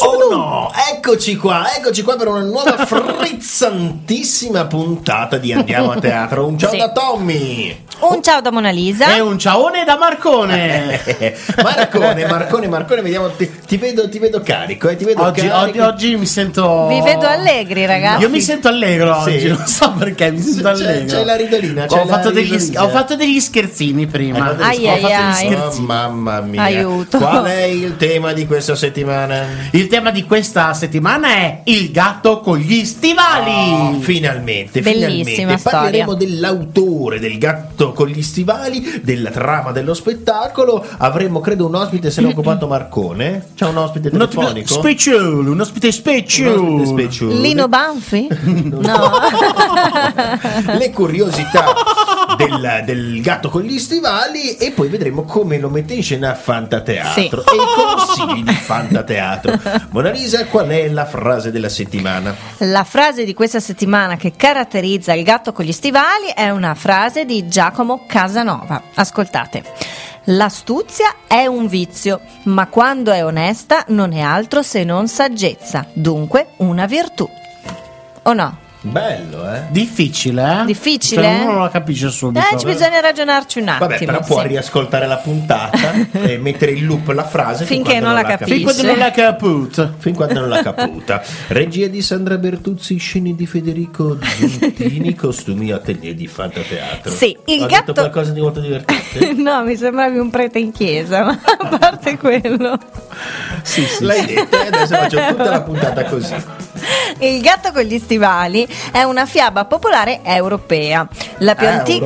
Oh no, eccoci qua per una nuova frizzantissima puntata di Andiamo a Teatro. Un ciao Sì. da Tommy. Un ciao da Mona Lisa. E un ciaone da Marcone. Marcone, vediamo, ti vedo carico, ti vedo carico. Oggi mi sento. Vi vedo allegri, ragazzi. Io mi sento allegro Sì. oggi, non so perché mi sento allegro. C'è la ridolina. Ho fatto degli scherzini prima. Oh, mamma mia. Aiuto. Qual è il tema di questa settimana? Il tema di questa settimana è il gatto con gli stivali. Oh, finalmente Bellissima parleremo storia. dell'autore del Gatto con gli stivali, della trama dello spettacolo. Avremo credo un ospite, se l'ha occupato Marcone. C'è un ospite telefonico? Un ospite special. Lino Banfi? No. Le curiosità del Gatto con gli stivali, e poi vedremo come lo mette in scena a Fantateatro. Sì. E i consigli di Fantateatro. Mona Lisa, qual è la frase della settimana? La frase di questa settimana che caratterizza il Gatto con gli stivali è una frase di Giacomo Casanova. Ascoltate. L'astuzia è un vizio, ma quando è onesta non è altro se non saggezza, dunque una virtù. O no? Bello, eh? Difficile, eh? Difficile? Cioè, uno non lo capisce subito. Ci bisogna ragionarci un attimo. Vabbè, però può sì. riascoltare la puntata e mettere in loop la frase Finché quando non la capisce. Fin quando non l'ha caputo. Fin quando non l'ha caputa. Regia di Sandra Bertuzzi, scene di Federico Giuntini, costumi atelier di Fantateatro. Sì, il Ho gatto... detto qualcosa di molto divertente? No, mi sembravi un prete in chiesa, ma a parte quello. Sì. L'hai detto e adesso faccio tutta la puntata così. Il Gatto con gli stivali è una fiaba popolare europea. La più antica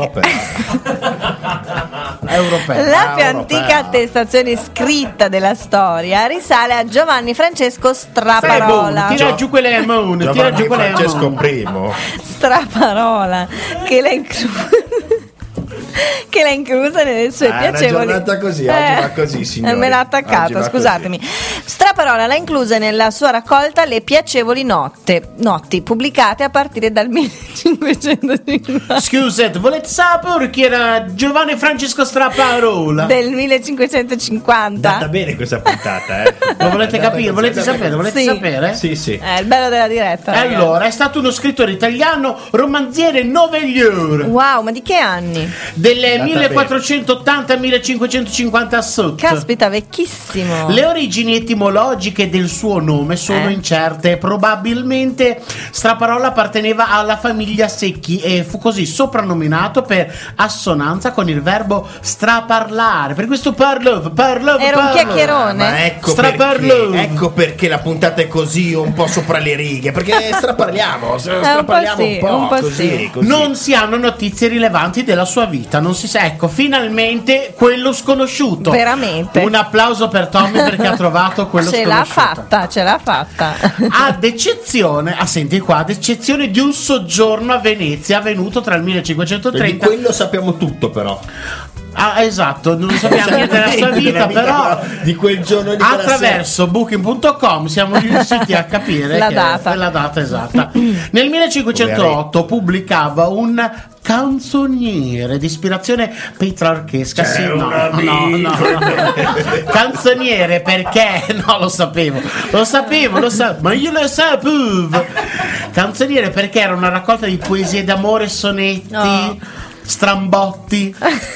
Europea. La più europea. antica attestazione scritta della storia risale a Giovanni Francesco Straparola. Tira giù quelle lemone. Tira giù quelle Francesco lemone. I. Straparola che l'ha inclusa nelle sue Una piacevoli. giornata così, oggi va così, signori. Me l'ha Oggi attaccata, va scusatemi. Straparola l'ha inclusa nella sua raccolta Le piacevoli notti, pubblicate a partire dal 1550. Scusate, volete sapere chi era Giovanni Francesco Straparola? Del 1550. Andata bene questa puntata, eh? Lo volete capire? Volete sapere? Volete Sì. sapere? Sì. È il bello della diretta. ragazzi. Allora, è stato uno scrittore italiano, romanziere, novellier. Wow, ma di che anni? Delle Andata 1480 1550 sotto. Caspita, vecchissimo. Le origini etimologiche del suo nome sono incerte. Probabilmente Straparola apparteneva alla famiglia Secchi e fu così soprannominato per assonanza con il verbo straparlare. Per questo parlava. Era un chiacchierone. Ma ecco perché la puntata è così, un po' sopra le righe, perché straparliamo un po' così. Non si hanno notizie rilevanti della sua vita, non si sa. Ecco, finalmente quello sconosciuto. Veramente. Un applauso per Tommy perché ha trovato quello Ce sconosciuto. l'ha fatta. Ad eccezione di un soggiorno a Venezia avvenuto tra il Di 1530. quello sappiamo tutto, però. Ah, esatto, non sappiamo niente della sua vita, però di quel giorno di quella attraverso booking.com siamo riusciti a capire La che data. è la data esatta. Nel 1508 pubblicava un canzoniere di ispirazione petrarchesca. C'è Sì, un no. Canzoniere perché? No, lo sapevo, ma io lo sapevo. Canzoniere perché era una raccolta di poesie d'amore, sonetti, Oh. strambotti,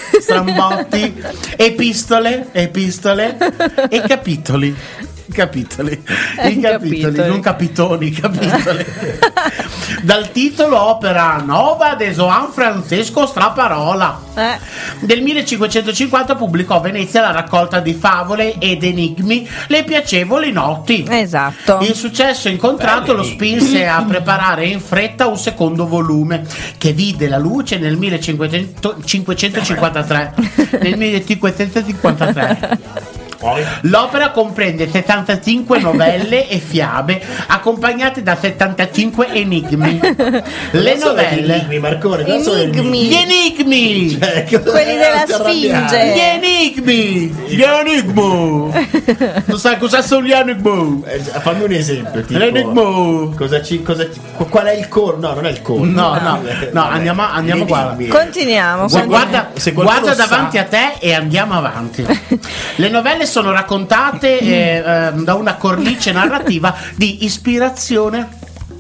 epistole e capitoli. Non capitoni, capitoli. Dal titolo opera Nova de Joan Francesco Straparola. Del 1550 pubblicò a Venezia la raccolta di favole ed enigmi Le piacevoli notti. Esatto. Il successo incontrato lo spinse a preparare in fretta un secondo volume che vide la luce nel 1553. Nel 1553. L'opera comprende 75 novelle e fiabe accompagnate da 75 enigmi. Le novelle, enigmi, Marcone, non sono Enigmi. gli enigmi, Quelli della Sfinge. gli enigmi. Non sai cosa sono gli enigmi? Fammi un esempio, tipo, L'enigma. qual è il core? No, non è il core. No, andiamo qua. Continuiamo. Se Guarda qualcuno davanti sa- a te e andiamo avanti. Le novelle sono raccontate da una cornice narrativa di ispirazione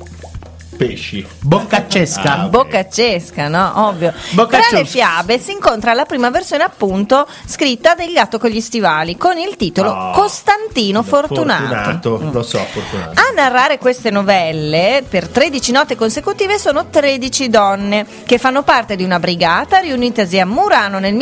pesci boccaccesca. Boccaccesca, no? Ovvio. Tra le fiabe si incontra la prima versione, appunto, scritta del Gatto con gli stivali, con il titolo Costantino Fortunato. Lo so, Fortunato. A narrare queste novelle per 13 notti consecutive sono 13 donne che fanno parte di una brigata riunitasi a Murano nel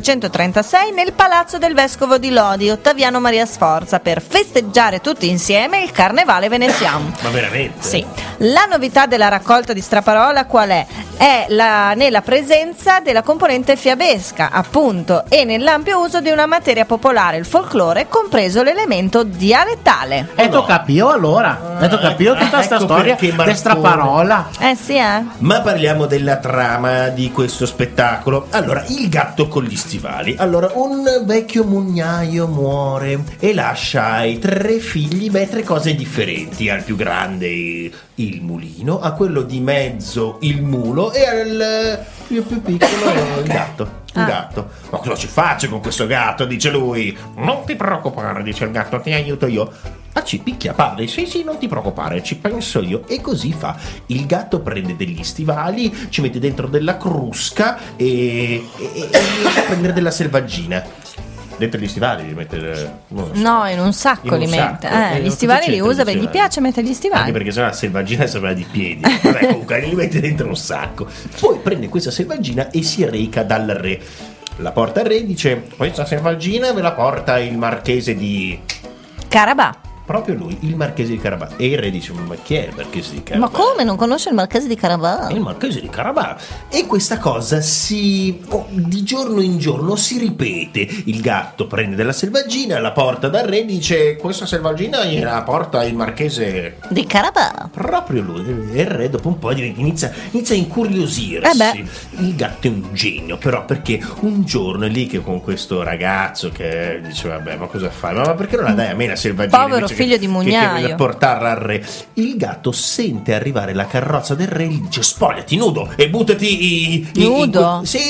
1536 nel palazzo del vescovo di Lodi, Ottaviano Maria Sforza, per festeggiare tutti insieme il carnevale veneziano. Ma veramente? Sì. La novità della raccolta di Straparola qual è? È nella presenza della componente fiabesca, appunto, e nell'ampio uso di una materia popolare, il folklore, compreso l'elemento dialettale. E tu capio allora? E tu capio tutta questa storia di Straparola? Sì, Ma parliamo della trama di questo spettacolo. Allora, il gatto con gli stivali. Allora, un vecchio mugnaio muore e lascia ai 3 figli, 3 cose differenti. Al più grande il mulino, a quello di mezzo il mulo e al più piccolo il gatto. Un gatto. Ma cosa ci faccio con questo gatto? Dice lui. Non ti preoccupare, dice il gatto, ti aiuto io. Ci picchia padre, sì, non ti preoccupare, ci penso io. E così fa. Il gatto prende degli stivali, ci mette dentro della crusca e riesce a prendere della selvaggina. Dentro gli stivali li mette no, in un sacco li mette. Gli stivali li usa perché gli piace mettere gli stivali. Anche perché sennò la selvaggina sembra di piedi. Vabbè, comunque li mette dentro un sacco. Poi prende questa selvaggina e si reca dal re. La porta al re, dice: questa selvaggina me la porta il marchese di Carabà. Proprio lui, il marchese di Carabà. E il re dice: ma chi è il marchese di Carabà? Ma come, non conosce il marchese di Carabà? Il marchese di Carabà. E questa cosa di giorno in giorno si ripete. Il gatto prende della selvaggina, la porta dal re, dice: questa selvaggina gliela porta il marchese di Carabà. Proprio lui. E il re dopo un po' inizia a incuriosirsi. Il gatto è un genio, però, perché un giorno è lì che con questo ragazzo che dice: vabbè, ma cosa fai? Ma perché non la dai a me la selvaggina? Povero figlio di mugnaio, che portarla al re. Il gatto sente arrivare la carrozza del re e gli dice: spogliati nudo e buttati nudo? Sì,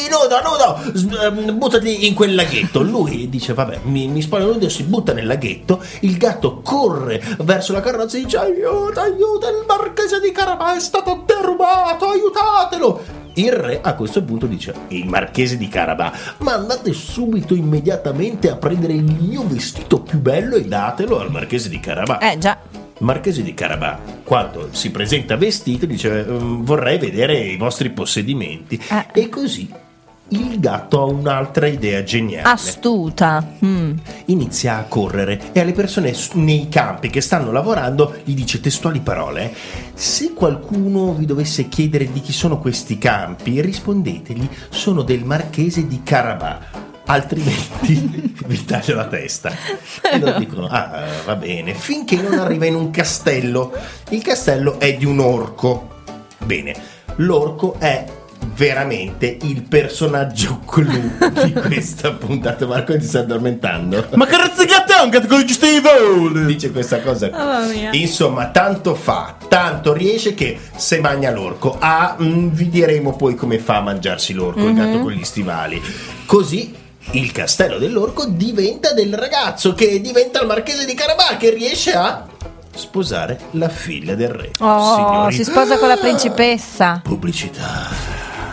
nudo, buttati in quel laghetto. Lui dice: vabbè, mi spoglio nudo e si butta nel laghetto. Il gatto corre verso la carrozza e dice: aiuto, il marchese di Carabà è stato derubato, aiutatelo. Il re a questo punto dice: il marchese di Carabà, ma andate subito immediatamente a prendere il mio vestito più bello e datelo al marchese di Carabà. Già. Marchese di Carabà, quando si presenta vestito, dice: vorrei vedere i vostri possedimenti. E così il gatto ha un'altra idea geniale. Astuta. Inizia a correre e alle persone nei campi che stanno lavorando gli dice testuali parole: se qualcuno vi dovesse chiedere di chi sono questi campi, rispondetegli: sono del marchese di Carabà, altrimenti vi taglio la testa. E loro dicono: va bene, finché non arriva in un castello. Il castello è di un orco. Bene, l'orco è veramente il personaggio clou di questa puntata. Marco, ti sta addormentando? Ma che razzigato è un gatto con gli stivali? Dice questa cosa. Oh, mia. Insomma, tanto riesce che se mangia l'orco. Vi diremo poi come fa a mangiarsi l'orco, il gatto con gli stivali. Così il castello dell'orco diventa del ragazzo, che diventa il marchese di Carabà, che riesce a sposare la figlia del re. Signori, si sposa con la principessa. pubblicità.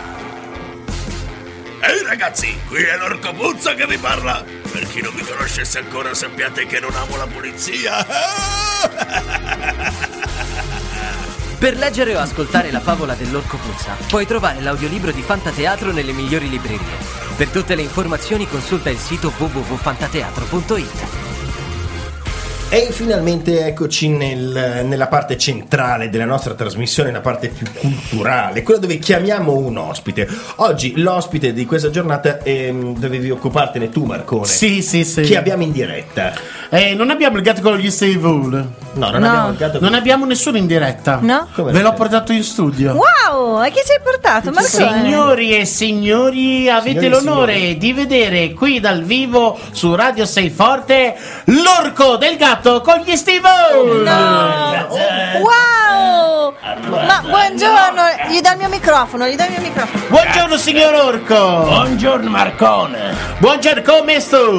Ehi ragazzi, qui è l'orco Puzza che vi parla. Per chi non mi conoscesse ancora, sappiate che non amo la pulizia. Per leggere o ascoltare la favola dell'orco Puzza puoi trovare l'audiolibro di Fantateatro nelle migliori librerie. Per tutte le informazioni consulta il sito www.fantateatro.it. E finalmente eccoci nella parte centrale della nostra trasmissione, la parte più culturale, quella dove chiamiamo un ospite. Oggi l'ospite di questa giornata dovevi occupartene tu, Marcone. Sì. Chi abbiamo in diretta? Non abbiamo il gatto con gli stivali. No, non abbiamo il gatto. Non abbiamo nessuno in diretta. No? Ve l'ho portato in studio. Wow, e chi ci hai portato, Marcone? Signori e signori, avete l'onore di vedere qui dal vivo su Radio 6 Forte l'orco del gatto con gli stivali. No. Wow! Ma buongiorno, gli do il mio microfono, Buongiorno signor orco. Buongiorno Marcone. Buongiorno, come sto?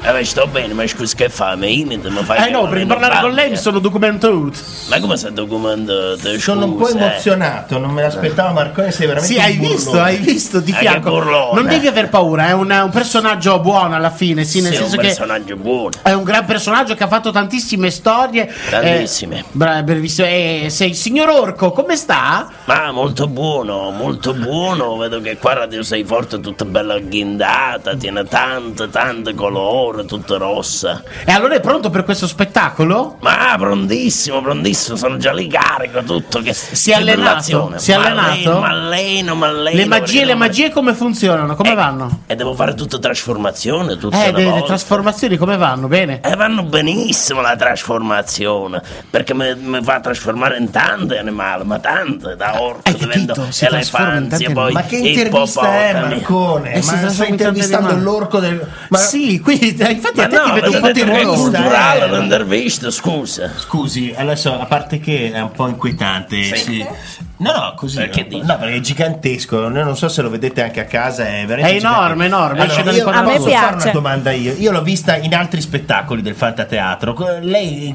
Sto bene, ma scusa, che fa? Mi imita? Mi fai No, per parlare con lei mi sono documentato. Ma come sei documentato? Sono un po' emozionato, non me l'aspettavo, Marcone, sei veramente Sì, hai visto di fianco. Non devi aver paura, è un personaggio buono alla fine, sì, nel senso un che personaggio buono. è un gran personaggio che ha fatto tantissime storie. Tantissime. Bravissimo. Sei il signor Orco, come sta? Ma molto buono, molto buono. Vedo che qua Radio Sei Forte è tutta bella agghindata, tiene tante colore, tutta rossa. E allora è pronto per questo spettacolo? Ma prontissimo, sono già lì carico tutto. Che Si è allenato? Si è allenato? Ma alleno. Le magie come funzionano? Come vanno? E devo fare tutta trasformazione, le trasformazioni come vanno? Bene? Vanno benissimo la trasformazione, perché mi fa trasformare in tante animali, ma tante, da orco divento elefanti, poi ma che intervista è, Marcone? Ma stai intervistando l'orco del... Sì, quindi infatti a te ti vedo un po' culturale l'intervista, scusa. Scusi, adesso, a parte che è un po' inquietante. Sì. No, così. Perché è gigantesco. Non so se lo vedete anche a casa. È veramente enorme. Allora, a me posso piace. fare una domanda io l'ho vista in altri spettacoli del Fantateatro. Lei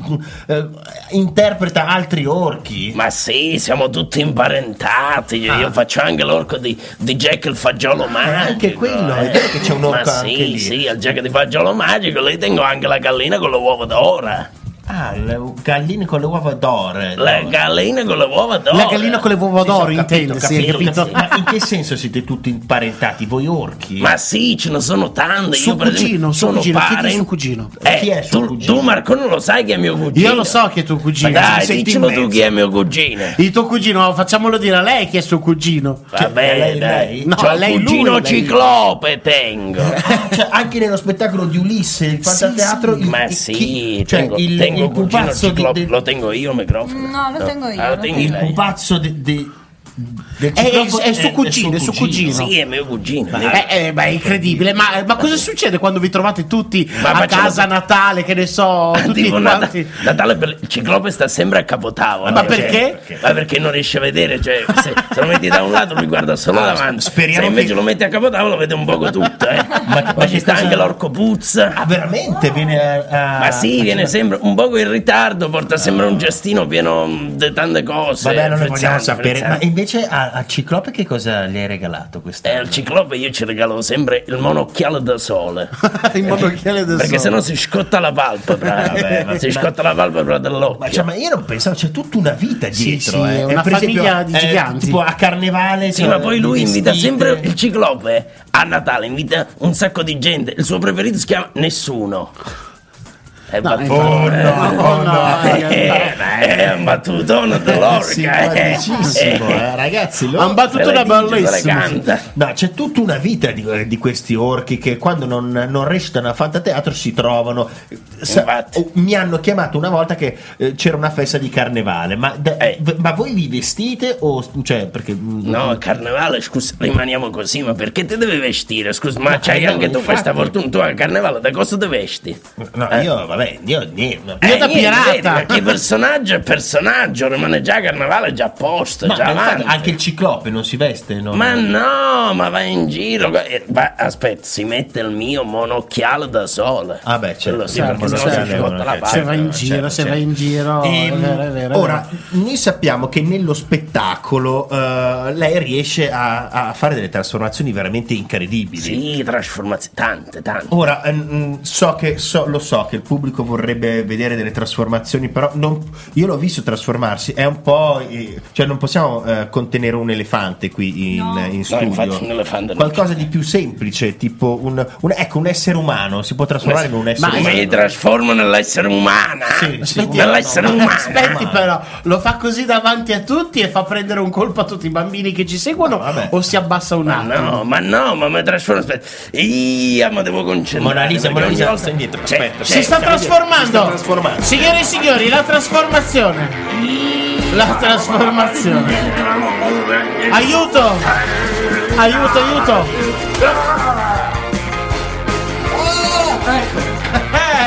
interpreta altri orchi? Ma sì, siamo tutti imparentati. Io faccio anche l'orco di Jack il fagiolo magico. Anche quello, è vero che c'è un orco anche lì. Sì, al Jack di fagiolo magico. Lì tengo anche la gallina con le uova d'oro. Le galline con le uova d'oro. Le galline con le uova d'oro. La gallina con le uova d'oro, intende, capito? Ma in che senso siete tutti imparentati, voi orchi? Ma sì, ce ne sono tante. Suo cugino, chi è suo cugino? Chi è suo cugino? Tu Marco non lo sai chi è mio cugino? Io lo so chi è tuo cugino. Ma dai, dicelo tu chi è mio cugino. Il tuo cugino, facciamolo dire a lei chi è suo cugino. Vabbè, dai. No, C'ho lei un cugino lui, ciclope tengo. Cioè, anche nello spettacolo di Ulisse, il Fantateatro, ma sì, tengo il pupazzo lo tengo io il microfono. No, lo tengo io. il pupazzo del è suo cugino, è suo cugino. Sì, è mio cugino. È incredibile. Ma cosa succede quando vi trovate tutti a casa a Natale? Che ne so, tutti quanti. Natale per il ciclope sta sempre a capotavola. Ma perché? Ma perché non riesce a vedere, cioè se lo metti da un lato lui guarda solo davanti. Se invece lo metti a capotavola vede un poco tutto, ma ci sta anche l'orco puzza. Ah, veramente? Viene ma sì, viene sempre un poco in ritardo, porta sempre un cestino pieno di tante cose. Vabbè, non ne vogliamo sapere. Ma invece al Ciclope che cosa gli hai regalato quest'anno? Al Ciclope io ci regalo sempre il monocchiale da sole. Il monocchiale da sole. Perché sennò si scotta la palpebra. Si scotta la palpebra dell'occhio. Ma io non pensavo, c'è tutta una vita dietro. Sì, una famiglia di giganti. Tipo a Carnevale. Sì, ma poi lui invita sempre il Ciclope a Natale, invita un sacco di gente. Il suo preferito si chiama Nessuno. È un battutone dell'orca. Ragazzi, un battutone bellissimo. No, c'è tutta una vita di questi orchi che quando non recitano a Fantateatro si trovano. Mi hanno chiamato una volta che c'era una festa di Carnevale, ma voi vi vestite o cioè perché no, a Carnevale, scusa, rimaniamo così, ma perché ti devi vestire? Scusa, ma c'hai anche tu questa fortuna, tu a Carnevale da cosa ti vesti? No, io vabbè, io da pirata. Perché personaggio è personaggio, rimane già a Carnevale, già a posto, già avanti. Anche il Ciclope non si veste, no? Ma no, ma va in giro. Aspetta, si mette il mio monocchiale da sole. Ah beh, certo. Se va in giro, se va in giro. Ora, noi sappiamo che nello spettacolo lei riesce a fare delle trasformazioni veramente incredibili. Sì, trasformazioni, tante. Ora, lo so che il pubblico vorrebbe vedere delle trasformazioni, però io l'ho visto trasformarsi, è un po', cioè non possiamo contenere un elefante qui in studio. Infatti un elefante qualcosa di più semplice, tipo un essere umano, si può trasformare in un essere umano. Ma mi trasformo nell'essere umano. Nell'essere umano. Aspetti però, lo fa così davanti a tutti e fa prendere un colpo a tutti i bambini che ci seguono, o si abbassa un attimo? Ma mi trasformo, aspetta. Ma devo concentrare. Mona Lisa, sta indietro, aspetta. Si sta trasformando. Signore e signori, la trasformazione. Aiuto.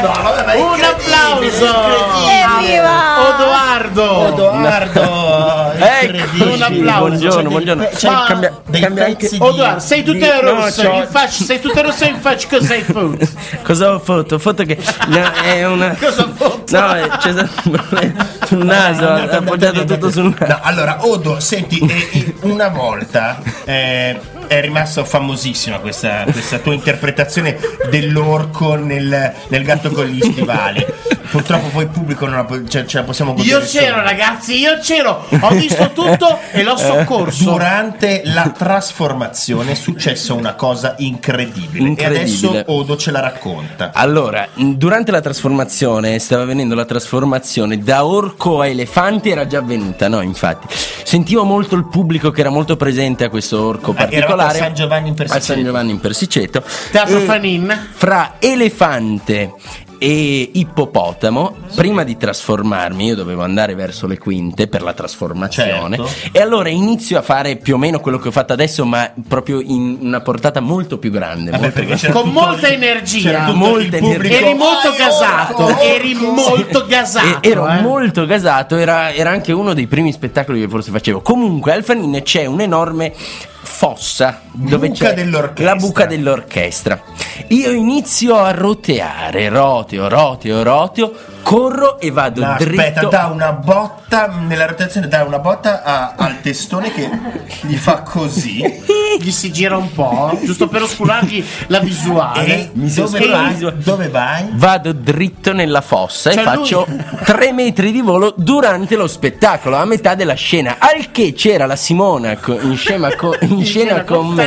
Un applauso. Evviva! Odoardo. incredibile. Un applauso. Buongiorno. Cambia anche Odoar, sei tutto rosso in faccia, sei tutto rosso in faccia, cosa hai fatto? Cosa ho fatto? Ho fatto che è una. Cosa ho fatto? No, c'è stato un problema sul naso, ha appoggiato tutto sul naso. No, allora, Odo, senti, una volta è rimasto famosissima questa tua interpretazione dell'orco nel Gatto con gli stivali. Purtroppo poi il pubblico non ce la possiamo godere. Io c'ero, ragazzi, ho visto tutto e l'ho soccorso. Durante la trasformazione è successa una cosa incredibile. E adesso Odo ce la racconta. Allora, durante la trasformazione, stava avvenendo la trasformazione da orco a elefante, era già avvenuta, no? Infatti, sentivo molto il pubblico che era molto presente a questo orco particolare. A San Giovanni in Persiceto. A San Giovanni in Persiceto. Teatro Fanin. Fra elefante e ippopotamo, prima di trasformarmi, io dovevo andare verso le quinte per la trasformazione, certo. E allora inizio a fare più o meno quello che ho fatto adesso, ma proprio in una portata molto più grande. Con molta energia. Molta energia. Eri molto gasato. Eri molto gasato. Ero molto gasato, era anche uno dei primi spettacoli che forse facevo. Comunque al Fanin c'è un'enorme fossa dove c'è la buca dell'orchestra. Io inizio a roteare, roteo, corro e vado dritto. Aspetta, dà una botta nella rotazione, dà una botta al testone che gli fa così. Gli si gira un po', giusto per oscurargli la visuale. Dove vai? Vado dritto nella fossa e faccio 3 metri di volo durante lo spettacolo, a metà della scena. Al che c'era la Simona in scena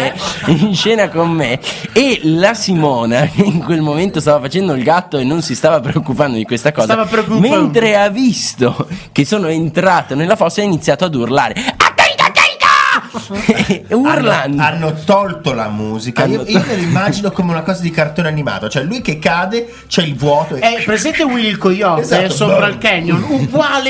con me, e la Simona che in quel momento stava facendo il gatto e non si stava preoccupando di questa cosa, mentre ha visto che sono entrato nella fossa ha iniziato ad urlare urlando. Hanno tolto la musica. Io me lo immagino come una cosa di cartone animato, cioè lui che cade, c'è il vuoto e presente Willy il coyote, esatto, sopra il canyon, uguale.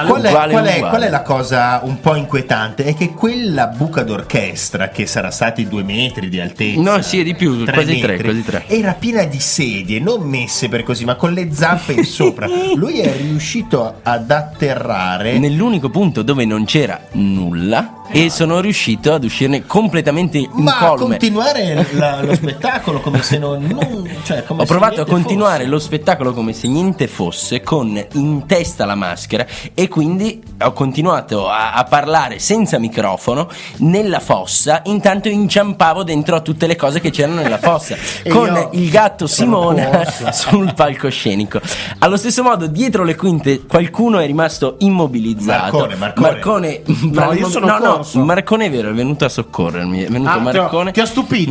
Qual è la cosa un po' inquietante? È che quella buca d'orchestra, che sarà stati 2 metri di altezza, no, sì, è di più, quasi 3, era piena di sedie non messe per così, ma con le zampe in sopra. Lui è riuscito ad atterrare nell'unico punto dove non c'era nulla e sono riuscito ad uscirne completamente incolume. Ma continuare lo spettacolo come se ho provato a continuare lo spettacolo come se niente fosse, con in testa la maschera, e quindi ho continuato a parlare senza microfono nella fossa, intanto inciampavo dentro a tutte le cose che c'erano nella fossa con il gatto Simona sul palcoscenico. Allo stesso modo, dietro le quinte qualcuno è rimasto immobilizzato. Marcone. No, io sono Marcone è vero, è venuto a soccorrermi. È venuto Marcone. Ti ha stupito.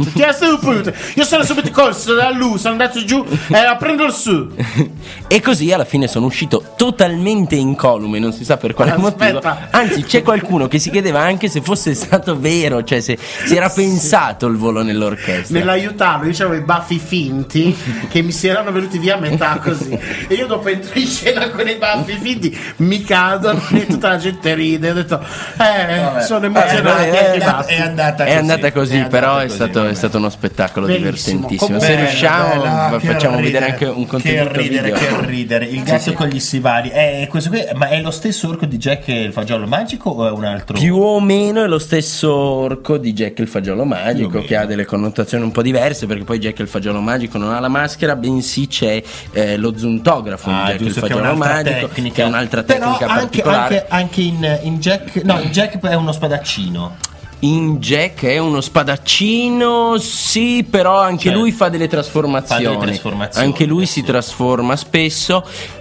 Io sono subito corso da lui, sono andato giù a prendere su. E così alla fine sono uscito totalmente incolume, non si sa per quale motivo. Anzi, c'è qualcuno che si chiedeva anche se fosse stato vero, cioè se si era pensato il volo nell'orchestra. Nell'aiutarlo, io avevo i baffi finti che mi si erano venuti via a metà così. E io dopo entro in scena con i baffi finti, mi cadono e tutta la gente ride. Ho detto sono emozionato. È andata così, però è stato uno spettacolo divertentissimo. Se riusciamo facciamo vedere anche un contenuto video. Che ridere. Il gatto con gli stivali questo qui, ma è lo stesso orco di Jack e il fagiolo magico o è un altro? Più o meno è lo stesso orco di Jack e il fagiolo magico, che ha delle connotazioni un po' diverse, perché poi Jack e il fagiolo magico non ha la maschera, bensì c'è lo zuntografo di Jack e il fagiolo magico, che è un'altra tecnica particolare. Anche in Jack, no, in Jack è uno spadaccino. In Jack è uno spadaccino, sì, però anche lui fa delle trasformazioni. Anche lui si trasforma spesso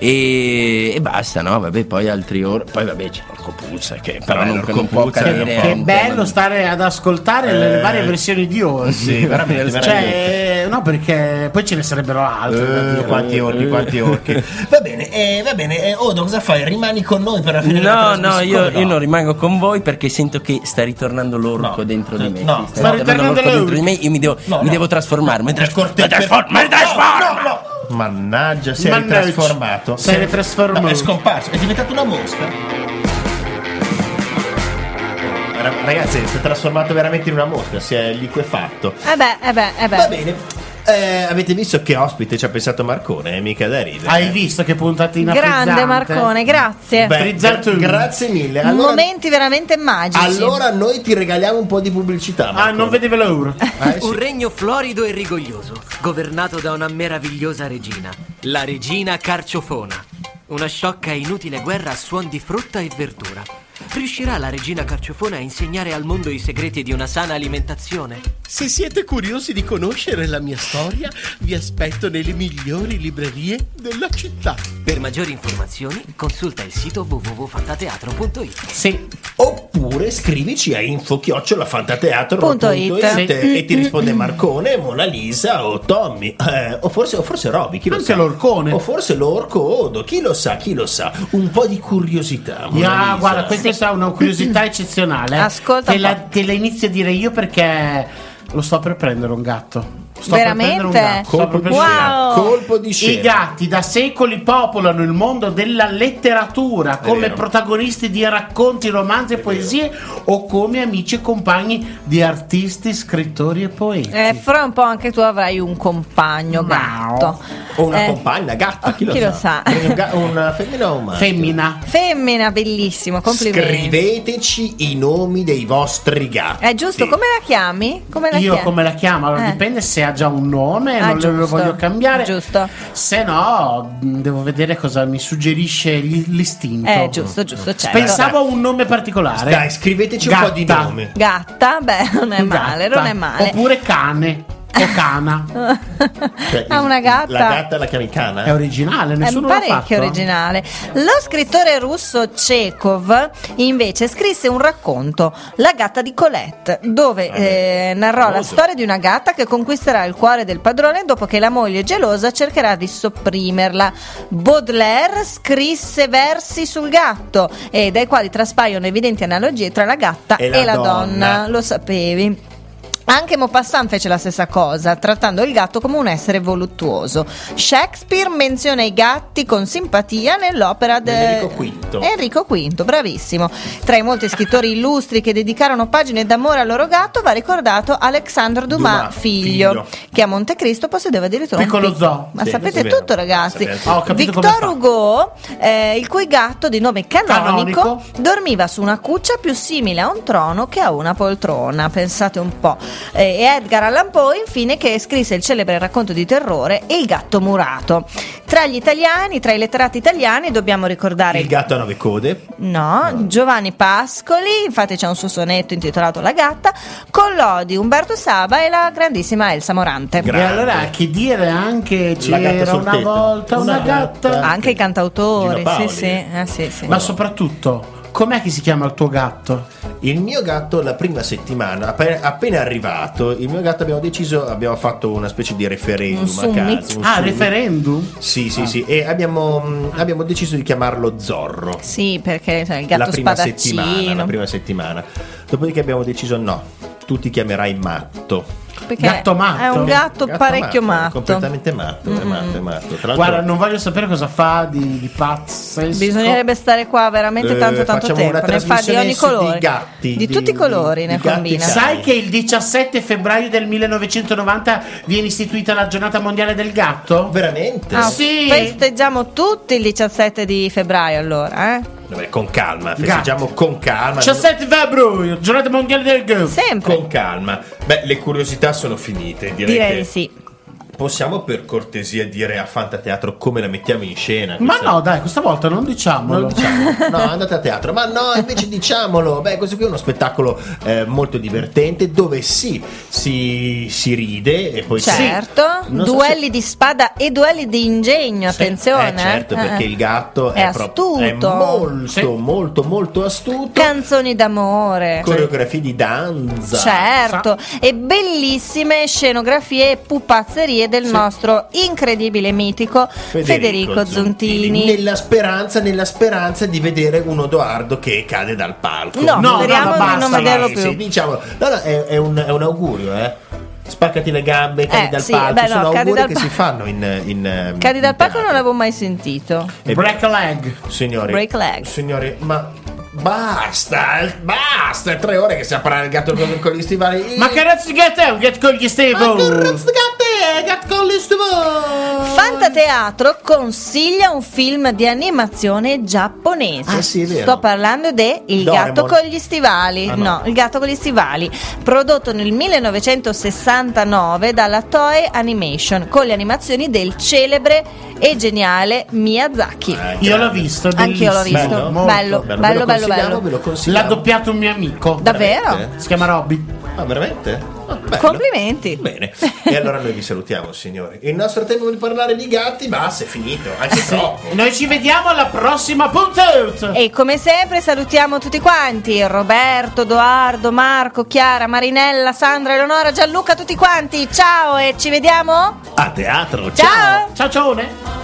e basta, no? Vabbè, poi altri poi vabbè c'è l'orco puzza che però non può cadere. Che bello stare ad ascoltare le varie versioni di orchi. Sì, veramente. Cioè, no, perché poi ce ne sarebbero altri. Quanti orchi. Va bene. Odo, cosa fai? Rimani con noi per la fine della trasmissione? No, io non rimango con voi perché sento che sta ritornando l'orco dentro di me. No, sta ritornando l'orco dentro di me. Io mi devo trasformare. Mi trasformo. Mannaggia, sei ritrasformato. Sei ritrasformato. No, è scomparso, è diventato una mosca. Ragazzi, si è trasformato veramente in una mosca, si è liquefatto. Va bene. Avete visto che ospite ci ha pensato Marcone? Mica da ridere. Hai visto che puntatina Grande frizzante? Marcone, grazie. Beh, frizzante. grazie mille. Allora, Momenti veramente magici. allora noi ti regaliamo un po' di pubblicità. Marcone. Non vedevo l'euro. Sì. Un regno florido e rigoglioso, governato da una meravigliosa regina, la regina Carciofona. Una sciocca e inutile guerra a suon di frutta e verdura. Riuscirà la regina Carciofona a insegnare al mondo i segreti di una sana alimentazione? Se siete curiosi di conoscere la mia storia, vi aspetto nelle migliori librerie della città. Per maggiori informazioni, consulta il sito www.fantateatro.it. Sì. Oppure scrivici a info@fantateatro.it Sì. e ti risponde Marcone, Mona Lisa o Tommy, o forse Robby, chi lo Anche sa. l'Orcone. O forse l'Orco Odo, chi lo sa. Un po' di curiosità, Mona Lisa. Guarda, questa è una curiosità eccezionale. Ascolta un po'. Te la inizio a dire io perché lo sto per prendere un gatto. Veramente? Colpo di Wow. scena. Colpo di I scena. gatti da secoli popolano il mondo della letteratura come vero. protagonisti di racconti, romanzi e poesie o come amici e compagni di artisti, scrittori e poeti. Fra un po' anche tu avrai un compagno gatto. O una compagna, gatta, chi lo sa. Una femmina o un maschio? Femmina. Femmina, bellissimo, complimenti. Scriveteci i nomi dei vostri gatti. È giusto, come la chiami? Come la Io chiami? come la chiamo? Allora dipende se ha già un nome, non lo giusto. voglio cambiare. Giusto. Se no, devo vedere cosa mi suggerisce l'istinto. Giusto, certo. Pensavo a un nome particolare. Dai, scriveteci un po' di Gatta. nomi. Gatta, beh, non è male, Gatta. non è male. Oppure cane o cana. Cioè, Ha una gatta. La gatta la chiami cana? È originale, È nessuno l'ha parecchio fatto. originale. Lo scrittore russo Chekhov invece scrisse un racconto, La gatta di Colette, dove narrò la storia di una gatta che conquisterà il cuore del padrone dopo che la moglie gelosa cercherà di sopprimerla. Baudelaire scrisse versi sul gatto e dai quali traspaiono evidenti analogie tra la gatta E e la la donna. donna. Lo sapevi? Anche Maupassant fece la stessa cosa, trattando il gatto come un essere voluttuoso. Shakespeare menziona i gatti con simpatia nell'opera di Enrico V, bravissimo. Tra i molti scrittori illustri che dedicarono pagine d'amore al loro gatto va ricordato Alexandre Dumas figlio, che a Montecristo possedeva addirittura Piccolo zoo. Ma Sì, sapete questo è tutto, vero. ragazzi. Sapete. Ho capito come Victor fa. Hugo, il cui gatto di nome Canonico dormiva su una cuccia più simile a un trono che a una poltrona. Pensate un po'. E Edgar Allan Poe infine che scrisse il celebre racconto di terrore Il gatto murato. Tra gli italiani, tra i letterati italiani dobbiamo ricordare Il gatto a 9 code. Giovanni Pascoli, infatti c'è un suo sonetto intitolato La gatta, Collodi, Umberto Saba e la grandissima Elsa Morante. E allora che dire anche La gatta c'era sul una tetto. volta una gatta. Anche i cantautori, Gino Paoli. sì. Ma soprattutto, com'è che si chiama il tuo gatto? Il mio gatto la prima settimana, appena arrivato, il mio gatto abbiamo fatto una specie di referendum Un a summit. casa. un Ah, summit. referendum? Sì, e abbiamo deciso di chiamarlo Zorro. Sì, perché il gatto La prima spadaccino. settimana. Dopodiché abbiamo deciso no, tu ti chiamerai Matto. Perché Gatto matto. è un gatto parecchio matto. Completamente matto, è matto. Tra l'altro, Guarda, non voglio sapere cosa fa di pazzesco. Bisognerebbe stare qua veramente tanto facciamo tempo. una Ne fa di ogni trasmissione colore. di gatti, di tutti i colori ne di gatti combina. cani. Sai che il 17 febbraio del 1990 viene istituita la giornata mondiale del gatto? Veramente? Ah, Sì. Festeggiamo tutti il 17 di febbraio allora, Vabbè, con calma, festeggiamo con calma. 17 febbraio, giornata mondiale del gatto. Sempre. Con calma. Beh, le curiosità sono finite. Direi Direi che di sì. possiamo per cortesia dire a Fantateatro come la mettiamo in scena. Ma questa- no, dai, questa volta non diciamolo. Non diciamo, no, andate a teatro, ma no, invece diciamolo. Beh, questo qui è uno spettacolo molto divertente dove si ride e poi Certo, Non so duelli di spada e duelli di ingegno, attenzione. certo, perché il gatto è proprio astuto. molto astuto. Canzoni d'amore. Coreografie di danza. Certo, e bellissime scenografie e pupazzerie del nostro incredibile mitico Federico Zontini. Nella speranza di vedere un Odoardo che cade dal palco. No, speriamo di basta, non vederlo più. Sì, diciamolo. No, è un augurio, Spaccati le gambe, cadi dal sì, palco. beh, no, sono cadi auguri dal che pa- si fanno in Cadi dal in palco teatro. non l'avevo mai sentito. Break a leg. Signori, Break leg. signori, ma basta, è 3 ore che si appara il gatto con gli stivali. Ma che razzo di gatto è un gatto con gli Ma che stable? razzo di gatto è Gatto con gli stivali? Fantateatro consiglia un film di animazione giapponese. Ah, sì, è vero. Sto parlando di Il Doraemon. gatto con gli stivali. Ah, no. Il gatto con gli stivali, prodotto nel 1969 dalla Toei Animation con le animazioni del celebre e geniale Miyazaki. Io l'ho visto, Anch'io l'ho bellissimo. visto. Molto Bello, Ve lo bello, consigliamo, ve lo L'ha consigliamo. doppiato un mio amico. Davvero? Veramente? Si chiama Robby. Ah, veramente? Ah, bello. Complimenti. Bene, e allora noi vi salutiamo, signori. Il nostro tempo di parlare di gatti, basta, è finito. Anche troppo. Noi ci vediamo alla prossima puntata. E come sempre salutiamo tutti quanti: Roberto, Edoardo, Marco, Chiara, Marinella, Sandra, Eleonora, Gianluca, tutti quanti. Ciao e ci vediamo. A teatro, Ciao. Ciao ciao.